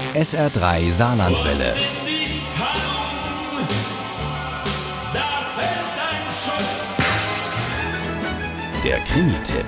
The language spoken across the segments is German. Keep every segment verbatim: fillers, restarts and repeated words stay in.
S R drei Saarlandwelle. Der Krimi-Tipp.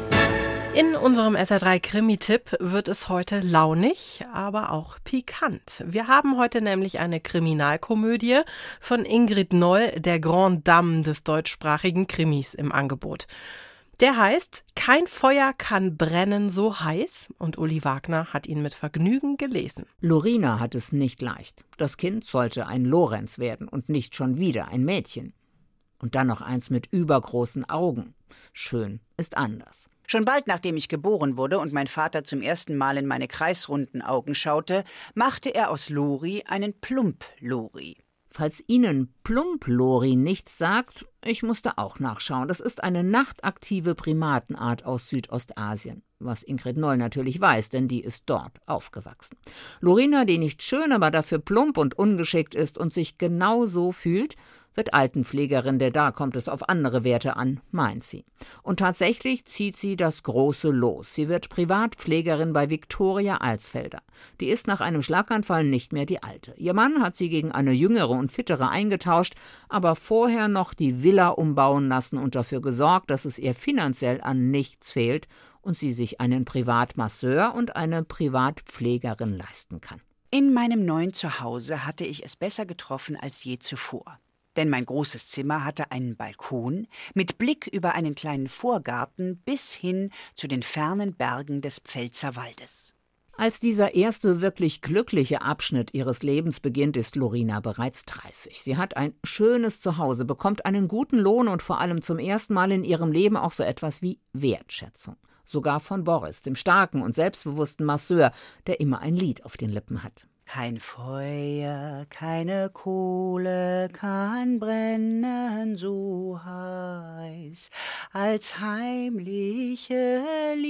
In unserem S R drei Krimi-Tipp wird es heute launig, aber auch pikant. Wir haben heute nämlich eine Kriminalkomödie von Ingrid Noll, der Grande Dame des deutschsprachigen Krimis, im Angebot. Der heißt Kein Feuer kann brennen so heiß und Uli Wagner hat ihn mit Vergnügen gelesen. Lorina hat es nicht leicht. Das Kind sollte ein Lorenz werden und nicht schon wieder ein Mädchen. Und dann noch eins mit übergroßen Augen. Schön ist anders. Schon bald nachdem ich geboren wurde und mein Vater zum ersten Mal in meine kreisrunden Augen schaute, machte er aus Lori einen Plump-Lori. Falls Ihnen Plump-Lori nichts sagt, ich musste auch nachschauen. Das ist eine nachtaktive Primatenart aus Südostasien. Was Ingrid Noll natürlich weiß, denn die ist dort aufgewachsen. Lorina, die nicht schön, aber dafür plump und ungeschickt ist und sich genau so fühlt, wird Altenpflegerin, denn da kommt es auf andere Werte an, meint sie. Und tatsächlich zieht sie das Große los. Sie wird Privatpflegerin bei Viktoria Alsfelder. Die ist nach einem Schlaganfall nicht mehr die Alte. Ihr Mann hat sie gegen eine jüngere und fittere eingetauscht, aber vorher noch die Villa umbauen lassen und dafür gesorgt, dass es ihr finanziell an nichts fehlt und sie sich einen Privatmasseur und eine Privatpflegerin leisten kann. In meinem neuen Zuhause hatte ich es besser getroffen als je zuvor. Denn mein großes Zimmer hatte einen Balkon mit Blick über einen kleinen Vorgarten bis hin zu den fernen Bergen des Pfälzerwaldes. Als dieser erste wirklich glückliche Abschnitt ihres Lebens beginnt, ist Lorina bereits dreißig. Sie hat ein schönes Zuhause, bekommt einen guten Lohn und vor allem zum ersten Mal in ihrem Leben auch so etwas wie Wertschätzung. Sogar von Boris, dem starken und selbstbewussten Masseur, der immer ein Lied auf den Lippen hat. Kein Feuer, keine Kohle kann brennen so heiß als heimliche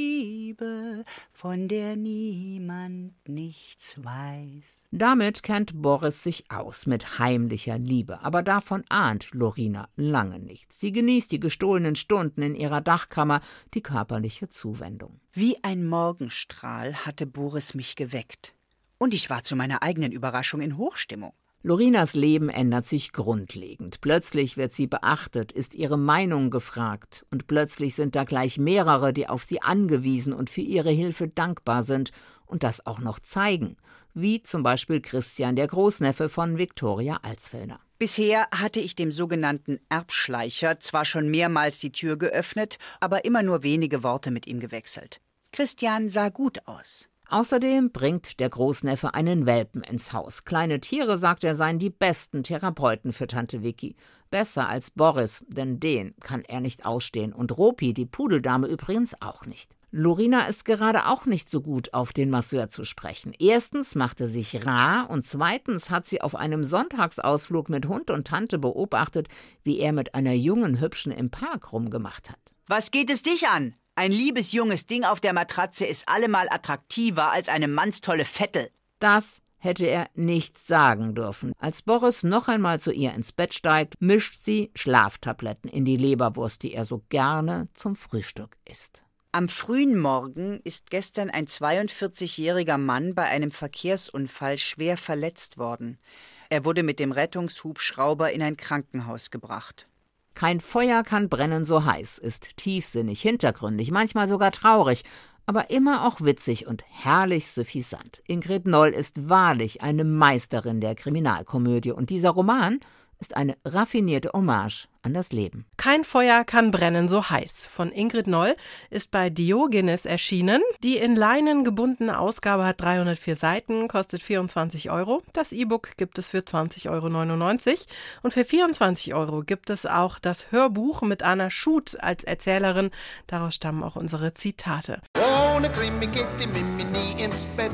Liebe, von der niemand nichts weiß. Damit kennt Boris sich aus mit heimlicher Liebe, aber davon ahnt Lorina lange nichts. Sie genießt die gestohlenen Stunden in ihrer Dachkammer, die körperliche Zuwendung. Wie ein Morgenstrahl hatte Boris mich geweckt. Und ich war zu meiner eigenen Überraschung in Hochstimmung. Lorinas Leben ändert sich grundlegend. Plötzlich wird sie beachtet, ist ihre Meinung gefragt. Und plötzlich sind da gleich mehrere, die auf sie angewiesen und für ihre Hilfe dankbar sind und das auch noch zeigen. Wie zum Beispiel Christian, der Großneffe von Viktoria Alsfelder. Bisher hatte ich dem sogenannten Erbschleicher zwar schon mehrmals die Tür geöffnet, aber immer nur wenige Worte mit ihm gewechselt. Christian sah gut aus. Außerdem bringt der Großneffe einen Welpen ins Haus. Kleine Tiere, sagt er, seien die besten Therapeuten für Tante Vicky. Besser als Boris, denn den kann er nicht ausstehen. Und Ropi, die Pudeldame, übrigens auch nicht. Lorina ist gerade auch nicht so gut, auf den Masseur zu sprechen. Erstens macht er sich rar und zweitens hat sie auf einem Sonntagsausflug mit Hund und Tante beobachtet, wie er mit einer jungen Hübschen im Park rumgemacht hat. Was geht es dich an? Ein liebes junges Ding auf der Matratze ist allemal attraktiver als eine mannstolle Vettel. Das hätte er nicht sagen dürfen. Als Boris noch einmal zu ihr ins Bett steigt, mischt sie Schlaftabletten in die Leberwurst, die er so gerne zum Frühstück isst. Am frühen Morgen ist gestern ein zweiundvierzigjähriger Mann bei einem Verkehrsunfall schwer verletzt worden. Er wurde mit dem Rettungshubschrauber in ein Krankenhaus gebracht. Kein Feuer kann brennen so heiß, ist tiefsinnig, hintergründig, manchmal sogar traurig, aber immer auch witzig und herrlich suffisant. Ingrid Noll ist wahrlich eine Meisterin der Kriminalkomödie und dieser Roman ist eine raffinierte Hommage an das Leben. Kein Feuer kann brennen so heiß von Ingrid Noll ist bei Diogenes erschienen. Die in Leinen gebundene Ausgabe hat dreihundertvier Seiten, kostet vierundzwanzig Euro. Das E-Book gibt es für zwanzig Euro neunundneunzig und für vierundzwanzig Euro gibt es auch das Hörbuch mit Anna Schut als Erzählerin. Daraus stammen auch unsere Zitate. Ohne Krimi geht die Mimi nie ins Bett.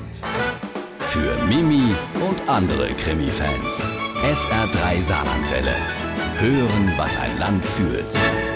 Für Mimi und andere Krimi-Fans. S R drei Saarlandwelle. Hören, was ein Land fühlt.